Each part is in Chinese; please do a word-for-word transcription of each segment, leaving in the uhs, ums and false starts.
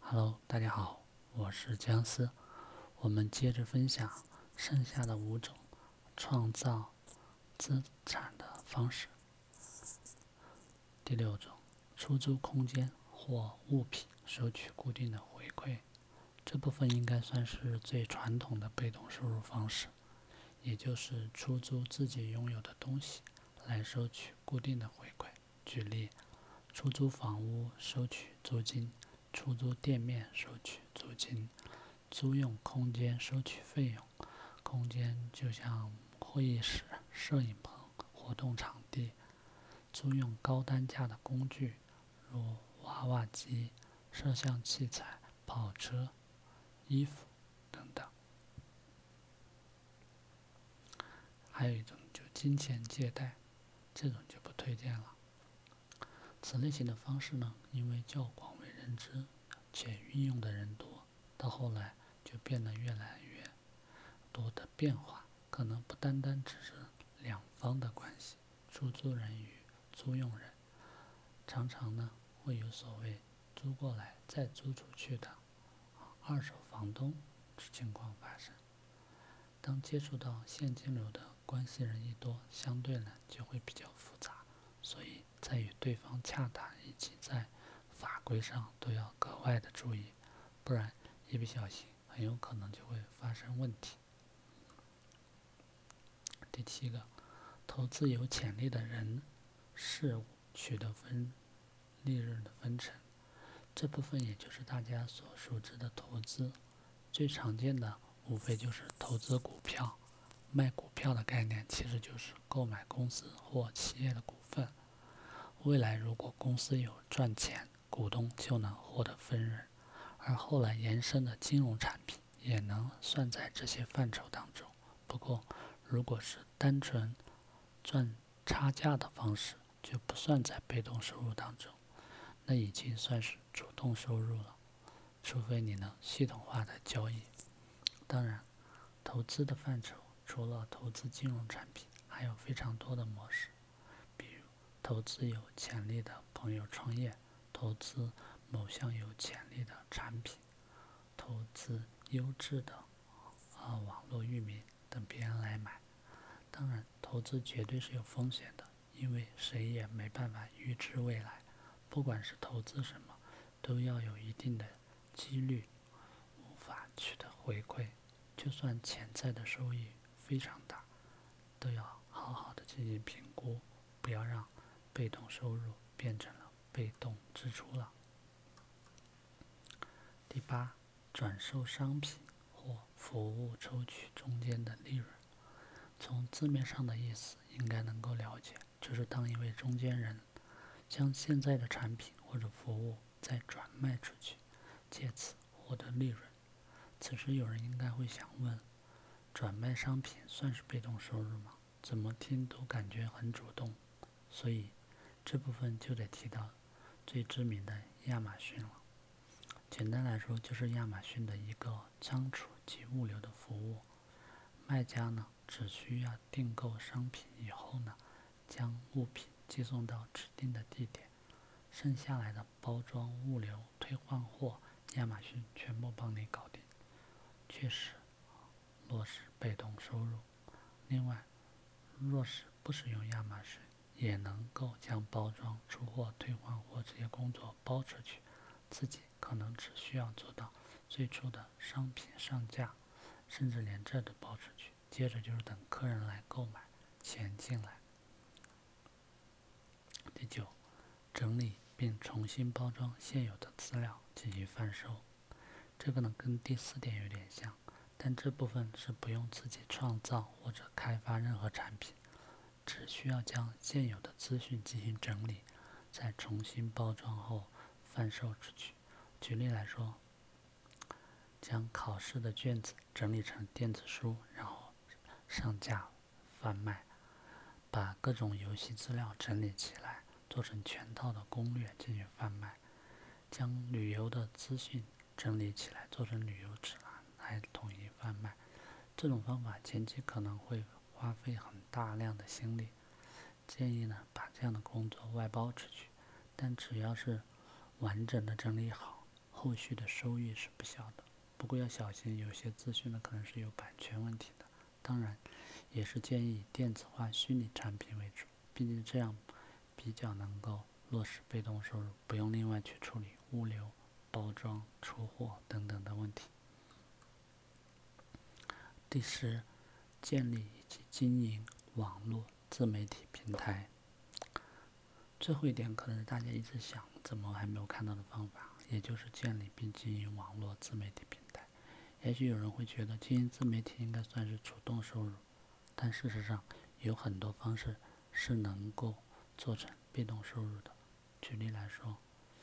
Hello，大家好，我是姜思。我们接着分享剩下的五种创造资产的方式。第六种，出租空间或物品收取固定的回馈。这部分应该算是最传统的被动收入方式，也就是出租自己拥有的东西来收取固定的回馈。举例，出租房屋收取租金，出租店面收取租金，租用空间收取费用。空间就像会议室、摄影棚、活动场地。租用高单价的工具，如娃娃机、摄像器材、跑车、衣服等等。还有一种就金钱借贷，这种就不推荐了。此类型的方式呢，因为较广为人知，且运用的人多，到后来就变得越来越多的变化，可能不单单只是两方的关系，出租人与租用人，常常呢会有所谓租过来再租出去的二手房东情况发生。当接触到现金流的关系人一多，相对呢就会比较复杂，所以在与对方洽谈以及在法规上都要格外的注意，不然一不小心很有可能就会发生问题。第七个，投资有潜力的人事物取得分利润的分成，这部分也就是大家所熟知的投资。最常见的无非就是投资股票，卖股票的概念其实就是购买公司或企业的股份。未来如果公司有赚钱，股东就能获得分润，而后来延伸的金融产品也能算在这些范畴当中。不过，如果是单纯赚差价的方式，就不算在被动收入当中，那已经算是主动收入了，除非你能系统化的交易。当然，投资的范畴除了投资金融产品，还有非常多的模式，比如投资有潜力的朋友创业，投资某项有潜力的产品，投资优质的啊网络域名等别人来买。当然，投资绝对是有风险的，因为谁也没办法预知未来，不管是投资什么，都要有一定的几率无法取得回馈，就算潜在的收益非常大，都要好好的进行评估，不要让被动收入变成了被动支出了。第八，转售商品或服务抽取中间的利润。从字面上的意思应该能够了解，就是当一位中间人将现在的产品或者服务再转卖出去，借此获得利润。此时有人应该会想问，转卖商品算是被动收入吗？怎么听都感觉很主动。所以这部分就得提到最知名的亚马逊了。简单来说，就是亚马逊的一个仓储及物流的服务。卖家呢只需要订购商品以后呢，将物品寄送到指定的地点，剩下来的包装、物流、退换货，亚马逊全部帮你搞定，确实落实被动收入。另外，若是不使用亚马逊，也能够将包装、出货、退换货这些工作包出去，自己可能只需要做到最初的商品上架，甚至连这都包出去，接着就是等客人来购买，钱进来。第九，整理并重新包装现有的资料进行贩售。这个呢跟第四点有点像，但这部分是不用自己创造或者开发任何产品，只需要将现有的资讯进行整理，再重新包装后贩售出去。举例来说，将考试的卷子整理成电子书，然后上架贩卖；把各种游戏资料整理起来，做成全套的攻略进行贩卖；将旅游的资讯整理起来，做成旅游指南来统一贩卖。这种方法前期可能会花费很大量的心力，建议呢把这样的工作外包出去，但只要是完整的整理好， 后续的收益是不小的。不过要小心，有些资讯呢可能是有版权问题的。当然，也是建议以电子化虚拟产品为主，毕竟这样比较能够落实被动收入，不用另外去处理物流、包装、出货等等的问题。第十，建立以及经营网络自媒体平台。最后一点可能是大家一直想怎么还没有看到的方法，也就是建立并经营网络自媒体平台。也许有人会觉得经营自媒体应该算是主动收入，但事实上有很多方式是能够做成被动收入的。举例来说，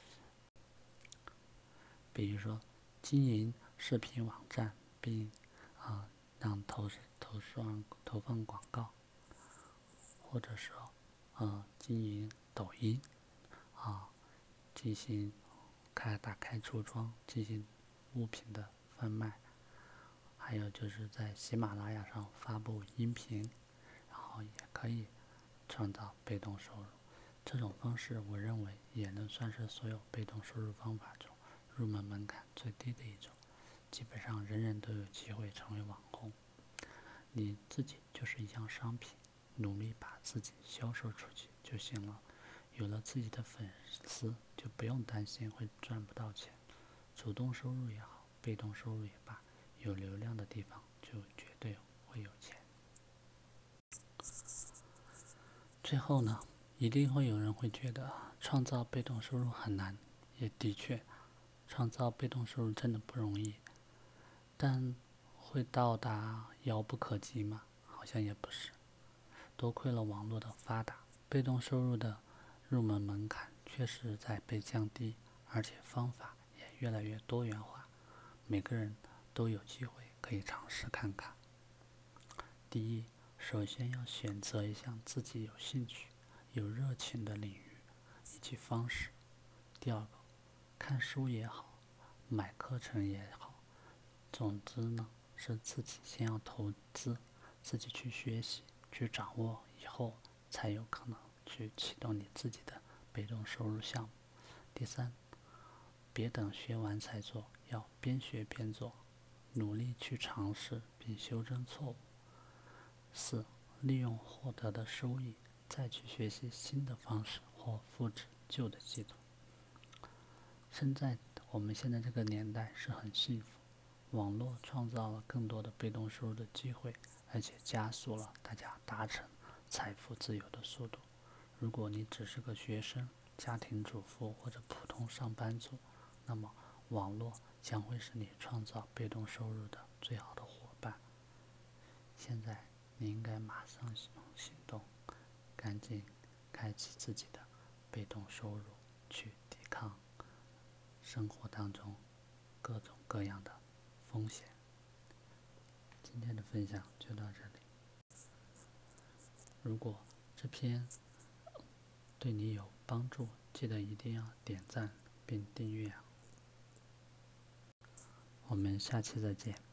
比如说经营视频网站，并啊让投投放投放广告，或者说呃经营抖音啊，进行开打开橱窗进行物品的贩卖，还有就是在喜马拉雅上发布音频，然后也可以创造被动收入。这种方式我认为也能算是所有被动收入方法中入门门槛最低的一种，基本上人人都有机会成为网红。你自己就是一项商品，努力把自己销售出去就行了。有了自己的粉丝，就不用担心会赚不到钱。主动收入也好，被动收入也罢，有流量的地方就绝对会有钱。最后呢，一定会有人会觉得创造被动收入很难，也的确，创造被动收入真的不容易。但会到达遥不可及吗？好像也不是。多亏了网络的发达，被动收入的入门门槛确实在被降低，而且方法也越来越多元化，每个人都有机会可以尝试看看。第一，首先要选择一项自己有兴趣、有热情的领域以及方式。第二个，看书也好，买课程也好，总之呢，是自己先要投资，自己去学习、去掌握，以后才有可能去启动你自己的被动收入项目。第三，别等学完才做，要边学边做，努力去尝试并修正错误。四，利用获得的收益再去学习新的方式或复制旧的系统。现在我们现在这个年代是很幸福，网络创造了更多的被动收入的机会，而且加速了大家达成财富自由的速度。如果你只是个学生、家庭主妇或者普通上班族，那么网络将会是你创造被动收入的最好的伙伴。现在你应该马上行动，赶紧开启自己的被动收入，去抵抗生活当中各种各样的风险。今天的分享就到这里。如果这篇对你有帮助，记得一定要点赞并订阅啊！我们下期再见。